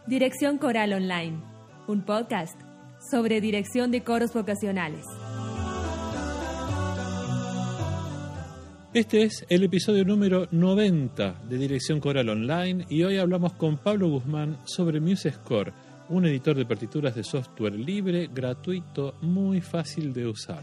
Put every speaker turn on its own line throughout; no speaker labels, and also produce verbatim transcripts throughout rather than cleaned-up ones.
Dirección Coral Online, un podcast sobre dirección de coros vocacionales.
Este es el episodio número noventa de Dirección Coral Online y hoy hablamos con Pablo Guzmán sobre MuseScore, un editor de partituras de software libre, gratuito, muy fácil de usar.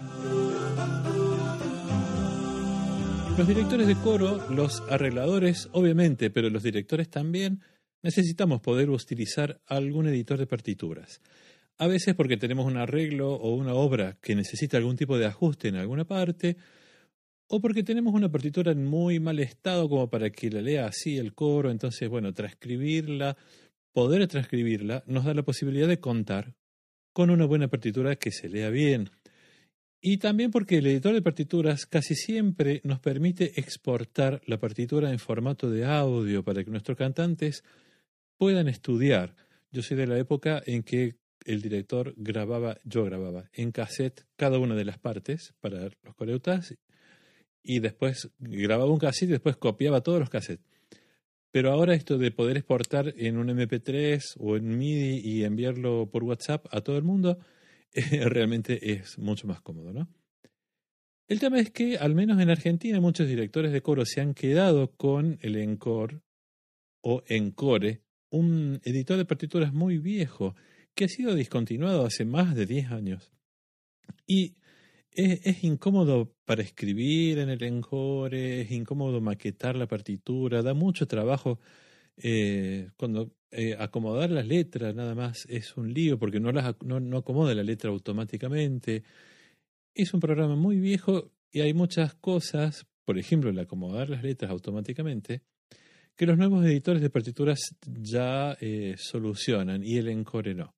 Los directores de coro, los arregladores, obviamente, pero los directores también, necesitamos poder utilizar algún editor de partituras. A veces porque tenemos un arreglo o una obra que necesita algún tipo de ajuste en alguna parte, o porque tenemos una partitura en muy mal estado como para que la lea así el coro. Entonces, bueno, transcribirla, poder transcribirla, nos da la posibilidad de contar con una buena partitura que se lea bien. Y también porque el editor de partituras casi siempre nos permite exportar la partitura en formato de audio para que nuestros cantantes puedan estudiar. Yo soy de la época en que el director grababa, yo grababa en cassette cada una de las partes para los coreutas y después grababa un cassette y después copiaba todos los cassettes. Pero ahora esto de poder exportar en un eme pe tres o en MIDI y enviarlo por WhatsApp a todo el mundo, eh, realmente es mucho más cómodo, ¿no? El tema es que, al menos en Argentina, muchos directores de coro se han quedado con el Encore o Encore, un editor de partituras muy viejo que ha sido discontinuado hace más de diez años. Y es, es incómodo para escribir en el Encore, es incómodo maquetar la partitura, da mucho trabajo. Eh, cuando eh, acomodar las letras nada más es un lío porque no, las, no, no acomoda la letra automáticamente. Es un programa muy viejo y hay muchas cosas, por ejemplo el acomodar las letras automáticamente, que los nuevos editores de partituras ya eh, solucionan y el Encore no.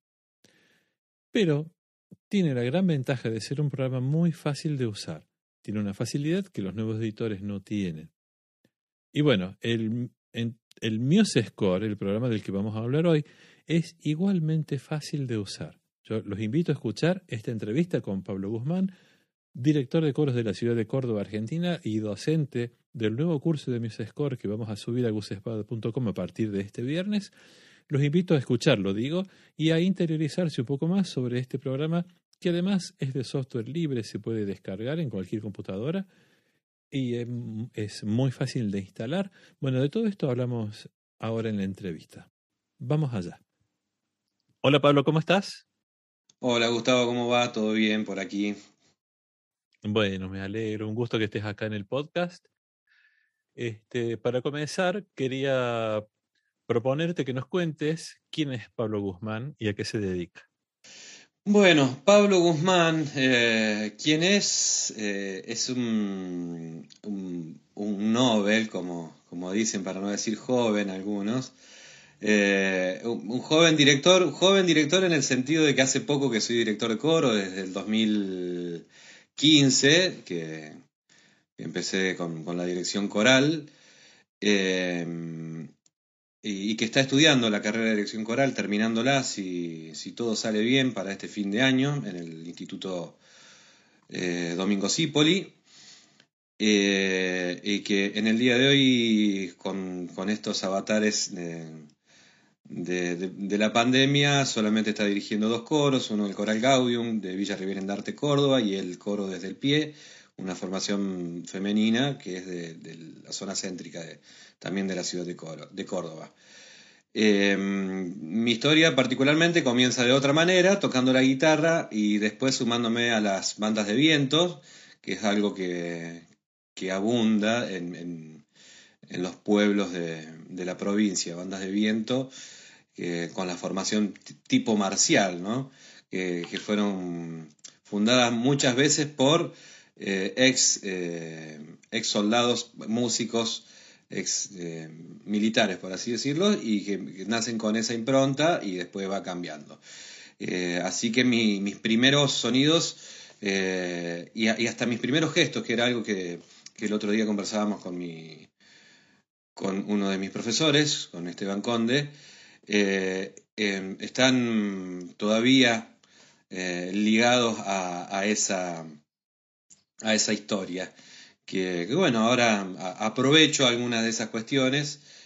Pero tiene la gran ventaja de ser un programa muy fácil de usar. Tiene una facilidad que los nuevos editores no tienen. Y bueno, el, en, el MuseScore, el programa del que vamos a hablar hoy, es igualmente fácil de usar. Yo los invito a escuchar esta entrevista con Pablo Guzmán, director de coros de la ciudad de Córdoba, Argentina, y docente del nuevo curso de MuseScore que vamos a subir a gusespada punto com a partir de este viernes. Los invito a escucharlo, digo, y a interiorizarse un poco más sobre este programa, que además es de software libre, se puede descargar en cualquier computadora y es muy fácil de instalar. Bueno, de todo esto hablamos ahora en la entrevista. Vamos allá. Hola Pablo, ¿cómo estás?
Hola Gustavo, ¿cómo va? ¿Todo bien por aquí?
Bueno, me alegro, un gusto que estés acá en el podcast. Este, para comenzar, quería proponerte que nos cuentes quién es Pablo Guzmán y a qué se dedica.
Bueno, Pablo Guzmán, eh, ¿quién es? Eh, es un, un, un Nobel, como, como dicen, para no decir joven algunos. Eh, un, un joven director, un joven director en el sentido de que hace poco que soy director de coro, desde el dos mil quince, que empecé con, con la dirección coral. Eh, y que está estudiando la carrera de dirección coral, terminándola, si, si todo sale bien, para este fin de año, en el Instituto eh, Domingo Cipoli. Eh, y que en el día de hoy, con, con estos avatares de, de, de, de la pandemia, solamente está dirigiendo dos coros, uno el Coral Gaudium de Villa Rivierendarte, Córdoba, y el coro Desde el Pie, una formación femenina que es de, de la zona céntrica de, también de la ciudad de, Coro, de Córdoba. Eh, mi historia particularmente comienza de otra manera, tocando la guitarra y después sumándome a las bandas de viento, que es algo que, que abunda en, en, en los pueblos de, de la provincia, bandas de viento que, con la formación t- tipo marcial, ¿no? Que, que fueron fundadas muchas veces por eh, ex, eh, ex soldados, músicos, ex eh, militares, por así decirlo, y que, que nacen con esa impronta y después va cambiando. Eh, así que mi, mis primeros sonidos eh, y, y hasta mis primeros gestos, que era algo que, que el otro día conversábamos con, mi, con uno de mis profesores, con Esteban Conde, eh, eh, están todavía eh, ligados a, a, esa, a esa historia. Que, que bueno, ahora a, aprovecho algunas de esas cuestiones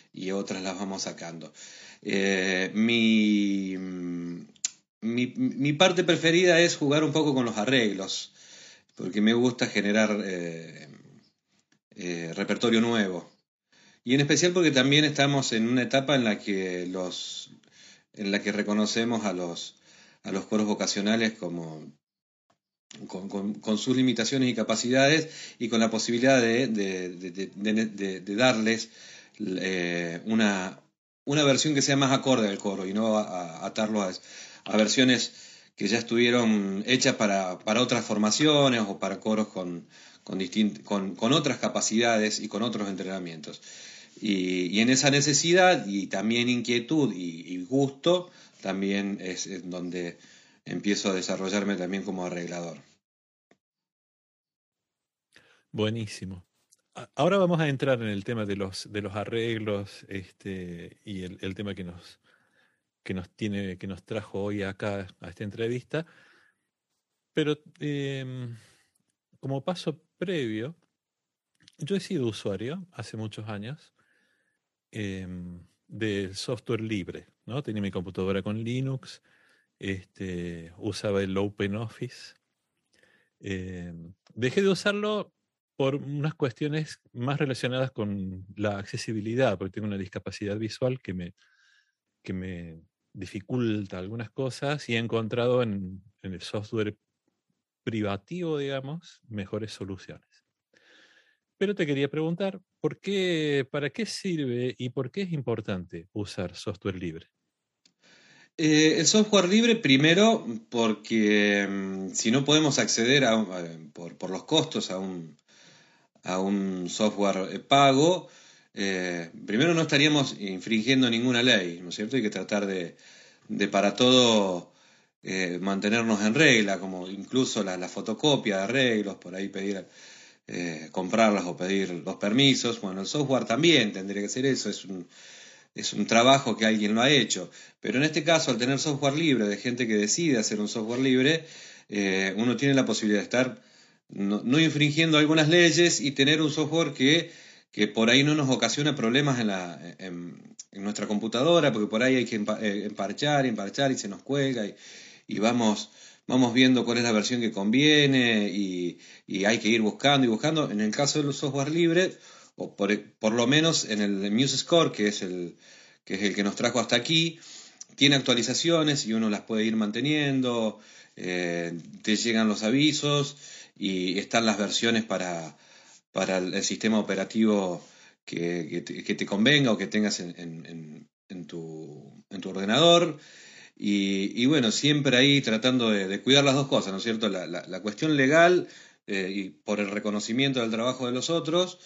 y otras las vamos sacando. Eh, mi, mi, mi parte preferida es jugar un poco con los arreglos, porque me gusta generar eh, eh, repertorio nuevo. Y en especial porque también estamos en una etapa en la que los en la que reconocemos a los a los coros vocacionales como con, con, con sus limitaciones y capacidades y con la posibilidad de, de, de, de, de, de darles eh, una, una versión que sea más acorde al coro y no a, a atarlo a, a versiones que ya estuvieron hechas para, para otras formaciones o para coros con, con, distint, con, con otras capacidades y con otros entrenamientos. Y, y en esa necesidad y también inquietud y, y gusto también es, es donde empiezo a desarrollarme también como arreglador.
Buenísimo. Ahora vamos a entrar en el tema de los, de los arreglos este, y el, el tema que nos, que, nos tiene, que nos trajo hoy acá a esta entrevista. Pero eh, como paso previo, yo he sido usuario hace muchos años eh, del software libre, ¿no? Tenía mi computadora con Linux, este, usaba el OpenOffice. Eh, dejé de usarlo por unas cuestiones más relacionadas con la accesibilidad, porque tengo una discapacidad visual que me, que me dificulta algunas cosas y he encontrado en, en el software privativo, digamos, mejores soluciones. Pero te quería preguntar, ¿por qué, para qué sirve y por qué es importante usar software libre?
Eh, el software libre, primero, porque um, si no podemos acceder a, a, por, por los costos a un, a un software pago, eh, primero no estaríamos infringiendo ninguna ley, ¿no es cierto? Hay que tratar de, de para todo eh, mantenernos en regla, como incluso la, la fotocopia de arreglos, por ahí pedir, eh, comprarlas o pedir los permisos. Bueno, el software también tendría que ser eso, es un es un trabajo que alguien lo ha hecho. Pero en este caso, al tener software libre, de gente que decide hacer un software libre, eh, uno tiene la posibilidad de estar no, no infringiendo algunas leyes y tener un software que, que por ahí no nos ocasiona problemas en, la, en, en nuestra computadora, porque por ahí hay que emparchar, emparchar y se nos cuelga y, y vamos, vamos viendo cuál es la versión que conviene y, y hay que ir buscando y buscando. En el caso del software libre, o por, por lo menos en el MuseScore, que es el, que es el que nos trajo hasta aquí, tiene actualizaciones y uno las puede ir manteniendo, eh, te llegan los avisos y están las versiones para, para el sistema operativo que, que, te, que te convenga o que tengas en, en, en, tu, en tu ordenador. Y, y bueno, siempre ahí tratando de, de cuidar las dos cosas, ¿no es cierto? La, la, la cuestión legal eh, y por el reconocimiento del trabajo de los otros,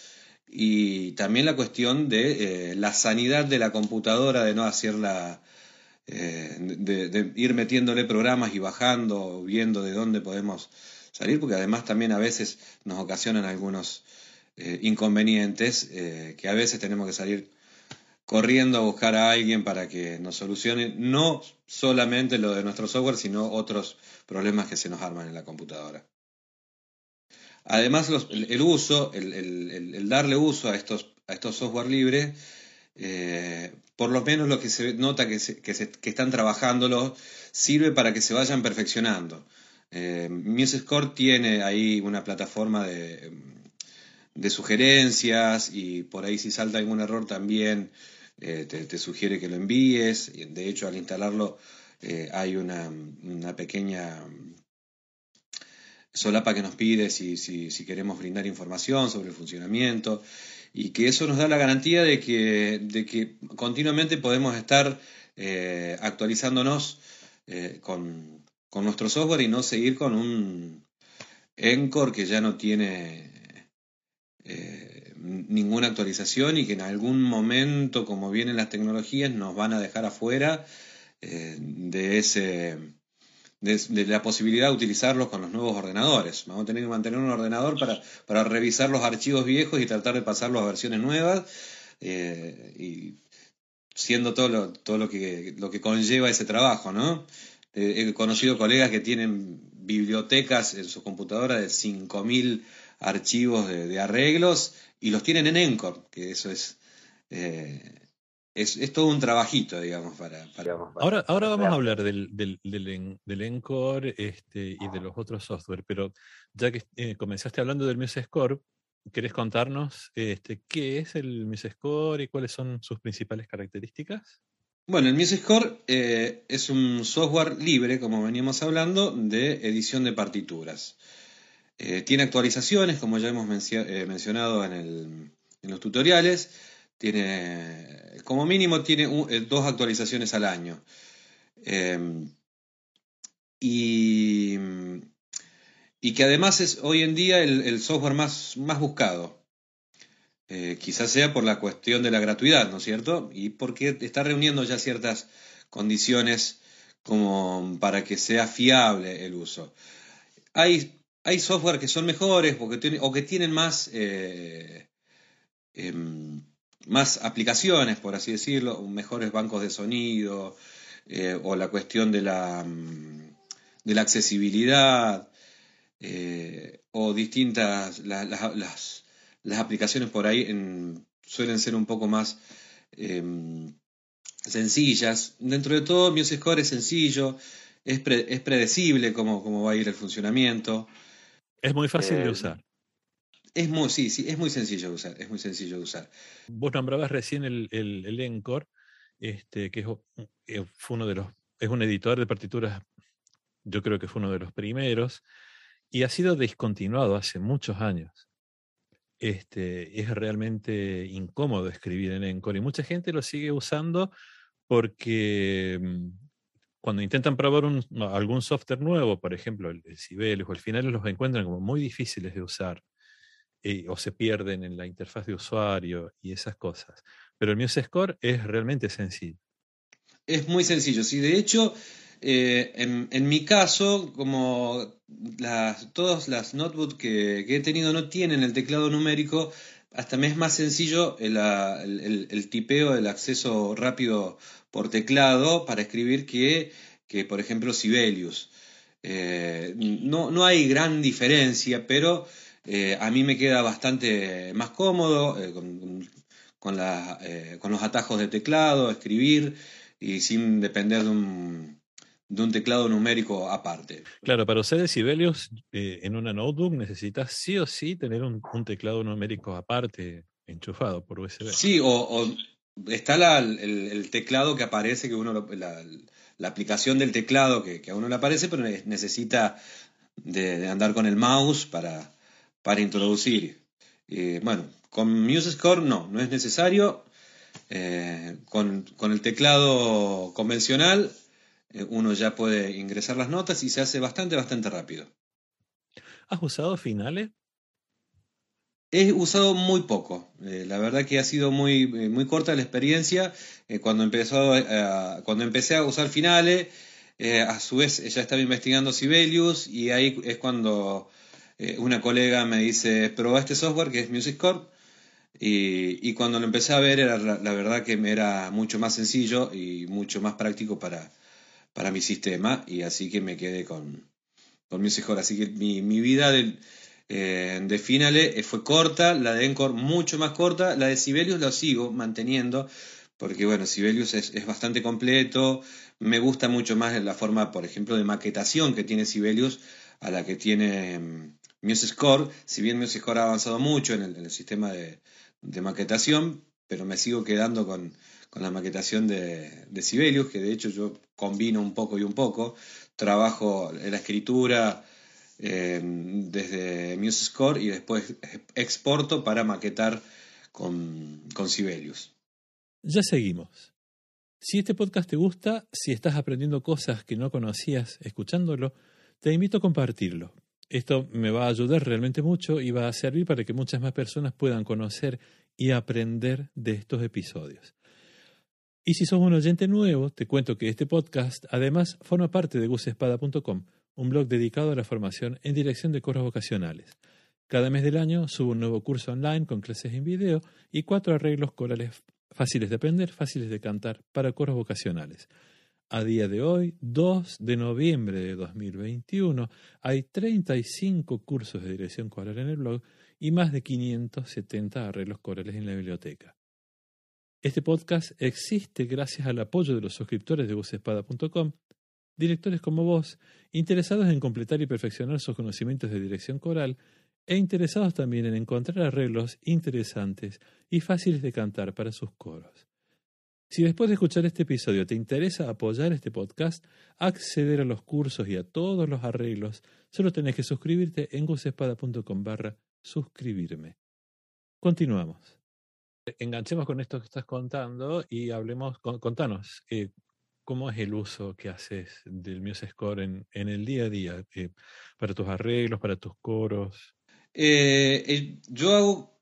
y también la cuestión de eh, la sanidad de la computadora, de no hacerla, eh, de, de ir metiéndole programas y bajando, viendo de dónde podemos salir, porque además también a veces nos ocasionan algunos eh, inconvenientes eh, que a veces tenemos que salir corriendo a buscar a alguien para que nos solucione no solamente lo de nuestro software, sino otros problemas que se nos arman en la computadora. Además, los, el, el uso, el, el, el darle uso a estos, a estos software libres, eh, por lo menos lo que se nota que, se, que, se, que están trabajándolo, sirve para que se vayan perfeccionando. Eh, MuseScore tiene ahí una plataforma de, de sugerencias y por ahí si salta algún error también eh, te, te sugiere que lo envíes. De hecho, al instalarlo eh, hay una, una pequeña solapa que nos pide si, si, si queremos brindar información sobre el funcionamiento y que eso nos da la garantía de que, de que continuamente podemos estar eh, actualizándonos eh, con, con nuestro software y no seguir con un Encore que ya no tiene eh, ninguna actualización y que en algún momento, como vienen las tecnologías, nos van a dejar afuera eh, de ese... De, de la posibilidad de utilizarlos con los nuevos ordenadores. Vamos a tener que mantener un ordenador para, para revisar los archivos viejos y tratar de pasarlos a versiones nuevas, eh, y siendo todo lo, todo lo que, lo que conlleva ese trabajo, ¿no? Eh, he conocido colegas que tienen bibliotecas en su computadora de cinco mil archivos de, de arreglos y los tienen en Encore, que eso es, eh, es, es todo un trabajito, digamos, para... para, para
ahora ahora
para
vamos a
crear.
hablar del, del, del, del Encore este, y de los otros software, pero ya que eh, comenzaste hablando del MuseScore, ¿querés contarnos este, qué es el MuseScore y cuáles son sus principales características?
Bueno, el MuseScore eh, es un software libre, como veníamos hablando, de edición de partituras. Eh, tiene actualizaciones, como ya hemos mencio- eh, mencionado en, el- en los tutoriales. Tiene, como mínimo, tiene un- eh, dos actualizaciones al año. Eh, y, y que además es hoy en día el, el software más, más buscado. Eh, quizás sea por la cuestión de la gratuidad, ¿no es cierto? Y porque está reuniendo ya ciertas condiciones como para que sea fiable el uso. Hay, hay software que son mejores porque tiene- o que tienen más, eh, em, más aplicaciones, por así decirlo, mejores bancos de sonido, eh, o la cuestión de la, mm, de la accesibilidad, eh, o distintas, la- la- las, las aplicaciones por ahí en- suelen ser un poco más em, sencillas. Dentro de todo, MuseScore es sencillo, es, pre- es predecible cómo, cómo va a ir el funcionamiento.
Es muy fácil de
Eh,
usar.
es muy, sí, sí, es muy sencillo de usar, es muy sencillo de usar.
Vos nombrabas recién el, el, el Encore, este, que es, eh, fue uno de los, es un editor de partituras, yo creo que fue uno de los primeros, y ha sido descontinuado hace muchos años. Este, es realmente incómodo escribir en Encore y mucha gente lo sigue usando porque mm, cuando intentan probar un- no, algún software nuevo, por ejemplo el, el Sibelius o el Finales, los encuentran como muy difíciles de usar eh, o se pierden en la interfaz de usuario y esas cosas. Pero el MuseScore es realmente sencillo.
Es muy sencillo, sí. De hecho, eh, en, en mi caso, como las, todas las notebooks que, que he tenido no tienen el teclado numérico, hasta me es más sencillo el, ah, el- el- el tipeo, el acceso rápido por teclado para escribir que, que por ejemplo, Sibelius. Eh, no, no hay gran diferencia, pero eh, a mí me queda bastante más cómodo eh, con, con la, eh, con los atajos de teclado, escribir y sin depender de un, de un teclado numérico aparte.
Claro, para usar el Sibelius eh, en una notebook necesitas sí o sí tener un, un teclado numérico aparte enchufado por U S B.
Sí, o, o está la- el, el teclado que aparece, que uno lo- la, la aplicación del teclado que, que a uno le aparece, pero ne- necesita de, de andar con el mouse para, para introducir. Eh, bueno, con MuseScore no, no es necesario. Eh, con, con el teclado convencional eh, uno ya puede ingresar las notas y se hace bastante, bastante rápido.
¿Has usado Finale?
He usado muy poco, eh, la verdad que ha sido muy, eh, muy corta la experiencia. Eh, cuando, empezó, eh, cuando empecé a usar Finale, eh, a su vez ya estaba investigando Sibelius y ahí es cuando eh, una colega me dice, probá este software que es MuseScore. Y, y cuando lo empecé a ver, era la, la verdad que me era mucho más sencillo y mucho más práctico para, para mi sistema, y así que me quedé con, con MuseScore. Así que mi, mi vida de, eh, de Finale eh, fue corta, la de Encore mucho más corta, la de Sibelius lo sigo manteniendo, porque bueno, Sibelius es, es bastante completo, me gusta mucho más la forma, por ejemplo, de maquetación que tiene Sibelius a la que tiene mm, MuseScore. Si bien MuseScore ha avanzado mucho en el, en el sistema de, de maquetación, pero me sigo quedando con, con la maquetación de, de Sibelius, que de hecho yo combino un poco y un poco, trabajo en la escritura eh, desde MuseScore y después exporto para maquetar con, con Sibelius.
Ya seguimos. Si este podcast te gusta, si estás aprendiendo cosas que no conocías escuchándolo, te invito a compartirlo. Esto me va a ayudar realmente mucho y va a servir para que muchas más personas puedan conocer y aprender de estos episodios. Y si sos un oyente nuevo, te cuento que este podcast además forma parte de gus espada punto com, un blog dedicado a la formación en dirección de coros vocacionales. Cada mes del año subo un nuevo curso online con clases en video y cuatro arreglos corales fáciles de aprender, fáciles de cantar para coros vocacionales. A día de hoy, dos de noviembre de dos mil veintiuno, hay treinta y cinco cursos de dirección coral en el blog y más de quinientos setenta arreglos corales en la biblioteca. Este podcast existe gracias al apoyo de los suscriptores de voz espada punto com, directores como vos, interesados en completar y perfeccionar sus conocimientos de dirección coral e interesados también en encontrar arreglos interesantes y fáciles de cantar para sus coros. Si después de escuchar este episodio te interesa apoyar este podcast, acceder a los cursos y a todos los arreglos, solo tenés que suscribirte en voz espada punto com barra suscribirme. Continuamos. Enganchemos con esto que estás contando y hablemos, con, contanos, eh, ¿cómo es el uso que haces del MuseScore en, en el día a día? Eh, para tus arreglos, para tus coros.
Eh, eh, yo hago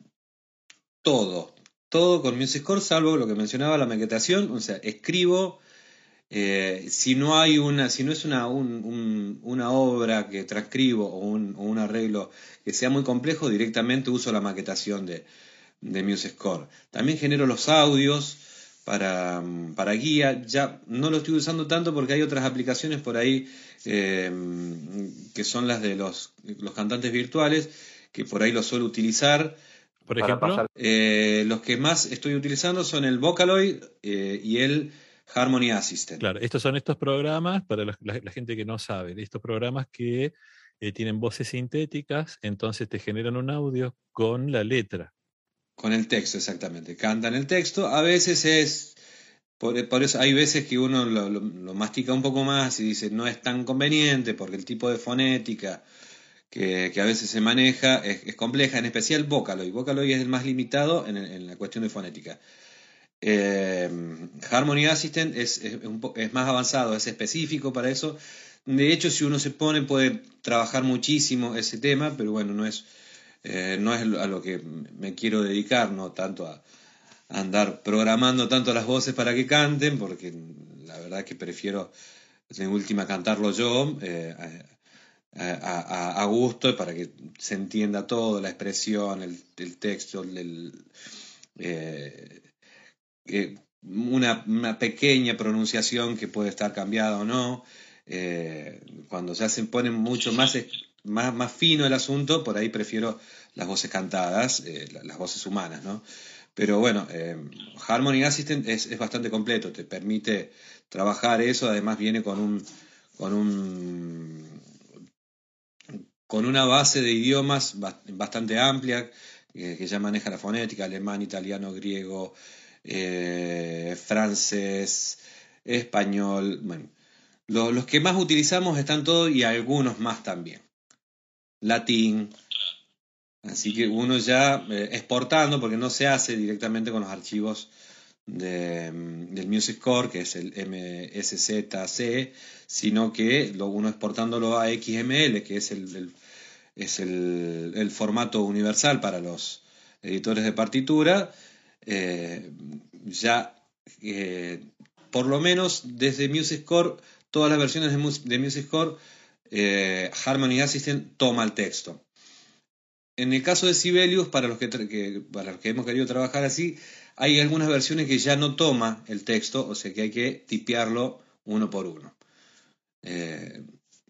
todo, todo con MuseScore, salvo lo que mencionaba, la maquetación, o sea, escribo. Eh, si no hay una, si no es una, un, un, una obra que transcribo o un, o un arreglo que sea muy complejo, directamente uso la maquetación de, de MuseScore. También genero los audios para, para guía. Ya no lo estoy usando tanto porque hay otras aplicaciones por ahí eh, que son las de los, los cantantes virtuales, que por ahí los suelo utilizar.
Por ejemplo,
eh, los que más estoy utilizando son el Vocaloid eh, y el Harmony Assistant.
Claro, estos son estos programas, para la, la, la gente que no sabe, estos programas que eh, tienen voces sintéticas, entonces te generan un audio con la letra.
Con el texto, exactamente. Cantan el texto. A veces es, por, por eso hay veces que uno lo, lo, lo mastica un poco más y dice no es tan conveniente porque el tipo de fonética que, que a veces se maneja es, es compleja, en especial Vocaloid. Vocaloid es el más limitado en, en la cuestión de fonética. Eh, Harmony Assistant es, es, un po- es más avanzado, es específico para eso. De hecho, si uno se pone, puede trabajar muchísimo ese tema, pero bueno, no es, eh, no es a lo que me quiero dedicar, no tanto a, a andar programando tanto las voces para que canten, porque la verdad que prefiero en última cantarlo yo eh, a, a, a gusto para que se entienda todo, la expresión, el, el texto, el, eh, Eh, una, una pequeña pronunciación que puede estar cambiada o no. Eh, cuando ya se pone mucho más, más, más fino el asunto, por ahí prefiero las voces cantadas, eh, las voces humanas, ¿no? Pero bueno, eh, Harmony Assistant es, es bastante completo, te permite trabajar eso, además viene con un con un con una base de idiomas bastante amplia, eh, que ya maneja la fonética, alemán, italiano, griego, Eh, francés, español, bueno, lo, los que más utilizamos están todos y algunos más también. Latín, así que uno ya eh, exportando, porque no se hace directamente con los archivos de, del MuseScore, que es el M S Z C, sino que lo, uno exportándolo a X M L, que es el, el es el, el formato universal para los editores de partitura. Eh, ya eh, por lo menos desde MuseScore, todas las versiones de, Mus- de MuseScore, eh, Harmony Assistant toma el texto. En el caso de Sibelius, para los que, tra- que, para los que hemos querido trabajar así, hay algunas versiones que ya no toma el texto, o sea que hay que tipearlo uno por uno. Eh,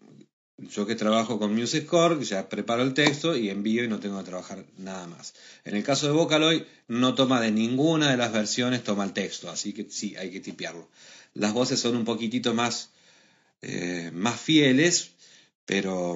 Yo que trabajo con MuseScore, ya preparo el texto y envío y no tengo que trabajar nada más. En el caso de Vocaloid, no toma de ninguna de las versiones, toma el texto, así que sí, hay que tipearlo. Las voces son un poquitito más, eh, más fieles, pero,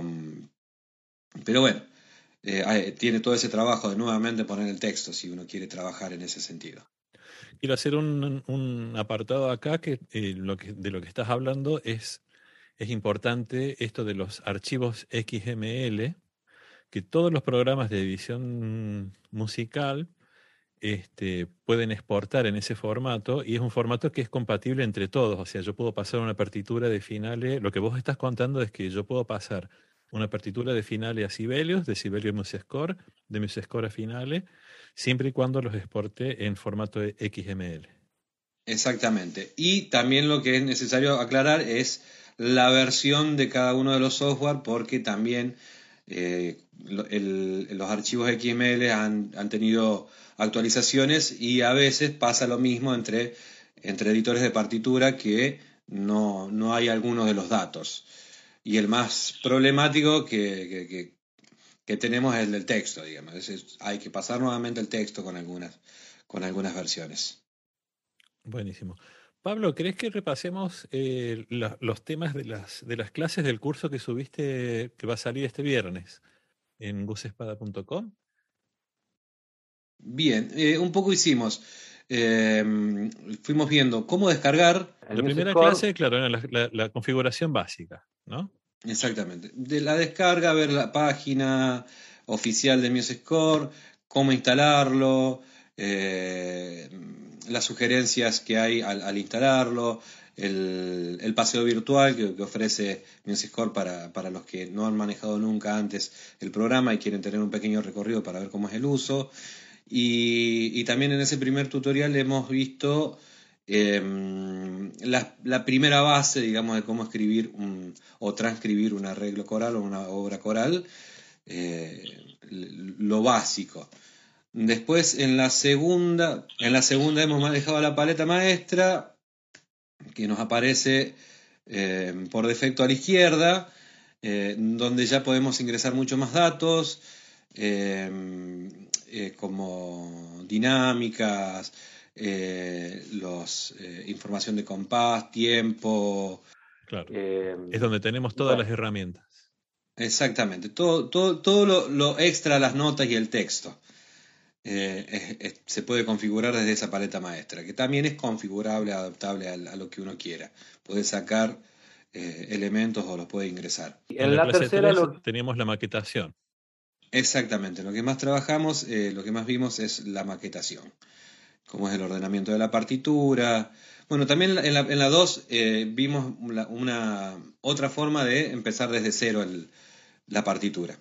pero bueno, eh, tiene todo ese trabajo de nuevamente poner el texto si uno quiere trabajar en ese sentido.
Quiero hacer un, un apartado acá que, eh, lo que de lo que estás hablando es Es importante esto de los archivos X M L, que todos los programas de edición musical este, pueden exportar en ese formato, y es un formato que es compatible entre todos. O sea, yo puedo pasar una partitura de finales. Lo que vos estás contando es que yo puedo pasar una partitura de finales a Sibelius, de Sibelius a MuseScore, de MuseScore a finales, siempre y cuando los exporte en formato X M L.
Exactamente. Y también lo que es necesario aclarar es la versión de cada uno de los software, porque también eh, el, los archivos X M L han, han tenido actualizaciones y a veces pasa lo mismo entre, entre editores de partitura, que no, no hay algunos de los datos. Y el más problemático que, que, que, que tenemos es el del texto, digamos. Es, hay que pasar nuevamente el texto con algunas, con algunas versiones.
Buenísimo. Pablo, ¿crees que repasemos eh, la, los temas de las, de las clases del curso que subiste, que va a salir este viernes en gusespada punto com?
Bien, eh, un poco hicimos. Eh, fuimos viendo cómo descargar.
La primera clase, claro, era la, la, la configuración básica, ¿no?
Exactamente. De la descarga, ver la página oficial de MuseScore, cómo instalarlo, eh, las sugerencias que hay al, al instalarlo, el, el paseo virtual que, que ofrece MuseScore para, para los que no han manejado nunca antes el programa y quieren tener un pequeño recorrido para ver cómo es el uso. Y, y también en ese primer tutorial hemos visto eh, la, la primera base, digamos, de cómo escribir un, o transcribir un arreglo coral o una obra coral, eh, lo básico. Después en la segunda, en la segunda hemos manejado la paleta maestra, que nos aparece eh, por defecto a la izquierda, eh, donde ya podemos ingresar muchos más datos. Eh, eh, como dinámicas, eh, los, eh, información de compás, tiempo.
Claro. Eh, es donde tenemos todas bueno, las herramientas.
Exactamente. Todo, todo, todo lo, lo extra, las notas y el texto. Eh, es, es, se puede configurar desde esa paleta maestra, que también es configurable, adaptable a, a lo que uno quiera. Puede sacar eh, elementos o los puede ingresar.
En, en la, la tercera lo... teníamos la maquetación.
Exactamente, lo que más trabajamos, eh, lo que más vimos es la maquetación, cómo es el ordenamiento de la partitura. Bueno, también en la, en la dos eh, vimos una, una otra forma de empezar desde cero el, la partitura.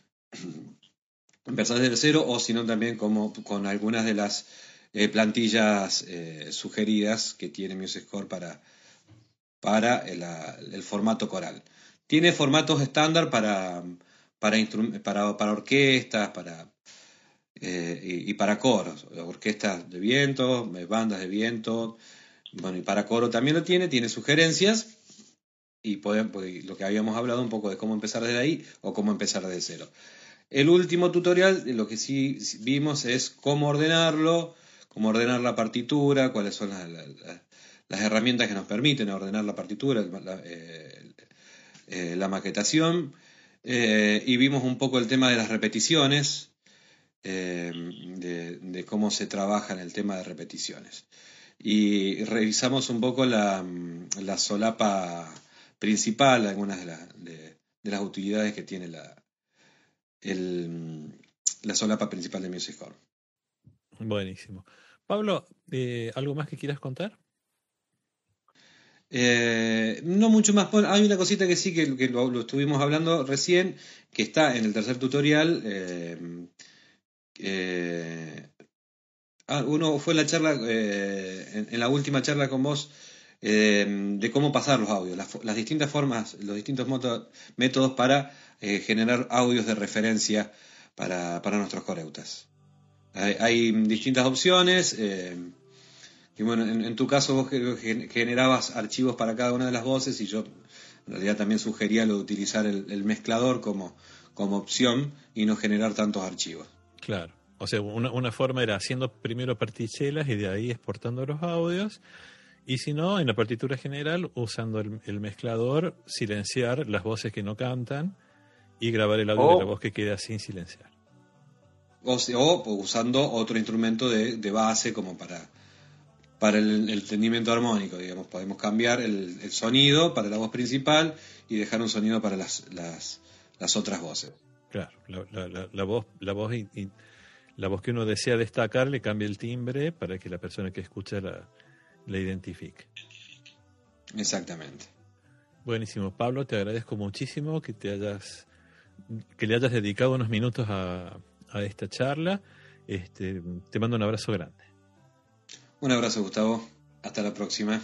Empezar desde cero o si no también como con algunas de las eh, plantillas eh, sugeridas que tiene MuseScore para, para el, el formato coral. Tiene formatos estándar para... Para, para, para orquestas para, eh, y, y para coros, orquestas de viento, bandas de viento, bueno, y para coro también lo tiene, tiene sugerencias y podemos, pues, lo que habíamos hablado un poco de cómo empezar desde ahí o cómo empezar desde cero. El último tutorial, lo que sí vimos es cómo ordenarlo, cómo ordenar la partitura, cuáles son las, las, las herramientas que nos permiten ordenar la partitura, la, eh, eh, la maquetación. Eh, y vimos un poco el tema de las repeticiones, eh, de, de cómo se trabaja en el tema de repeticiones. Y revisamos un poco la, la solapa principal, algunas de, la, de, de las utilidades que tiene la, el, la solapa principal de MuseScore.
Buenísimo. Pablo, eh, ¿algo más que quieras contar?
Eh, no mucho más. Bueno, hay una cosita que sí que, que lo, lo estuvimos hablando recién, que está en el tercer tutorial. Eh, eh, ah, uno fue en la charla, eh, en, en la última charla con vos, eh, de cómo pasar los audios, las, las distintas formas, los distintos moto, métodos para eh, generar audios de referencia para, para nuestros coreutas. Hay, hay distintas opciones. Eh, Y bueno, en, en tu caso vos generabas archivos para cada una de las voces y yo en realidad también sugería lo de utilizar el, el mezclador como, como opción y no generar tantos archivos.
Claro, o sea, una, una forma era haciendo primero partichelas y de ahí exportando los audios, y si no, en la partitura general, usando el, el mezclador, silenciar las voces que no cantan y grabar el audio oh. de la voz que queda sin silenciar.
O, o usando otro instrumento de, de base como para... para el, el entendimiento armónico, digamos, podemos cambiar el, el sonido para la voz principal y dejar un sonido para las, las, las otras voces.
Claro, la, la, la, la voz, la voz, y, y la voz que uno desea destacar le cambia el timbre para que la persona que escucha la, la identifique.
Exactamente.
Buenísimo, Pablo, te agradezco muchísimo que te hayas, que le hayas dedicado unos minutos a, a esta charla. Este, te mando un abrazo grande.
Un abrazo, Gustavo. Hasta la próxima.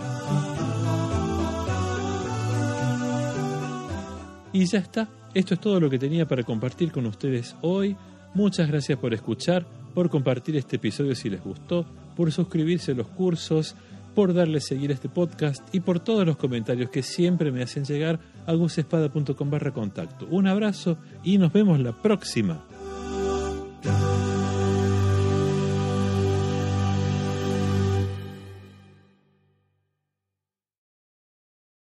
Y ya está. Esto es todo lo que tenía para compartir con ustedes hoy. Muchas gracias por escuchar, por compartir este episodio si les gustó, por suscribirse a los cursos, por darle seguir a este podcast y por todos los comentarios que siempre me hacen llegar a gusespada punto com barra contacto. Un abrazo y nos vemos la próxima.